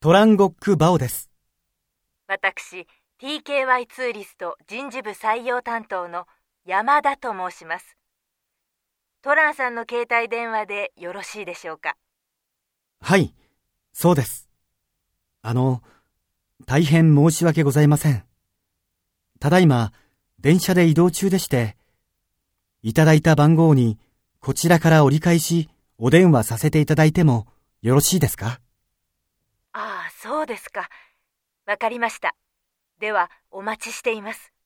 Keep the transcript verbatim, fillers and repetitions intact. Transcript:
トランゴック・バオです。 私、ティーケーワイ ツーリスト人事部採用担当の山田と申します。トランさんの携帯電話でよろしいでしょうか？ はい、そうです。あの、大変申し訳ございません。ただいま、電車で移動中でして、いただいた番号にこちらから折り返しお電話させていただいてもよろしいですか？ ああ、そうですか。わかりました。では、お待ちしています。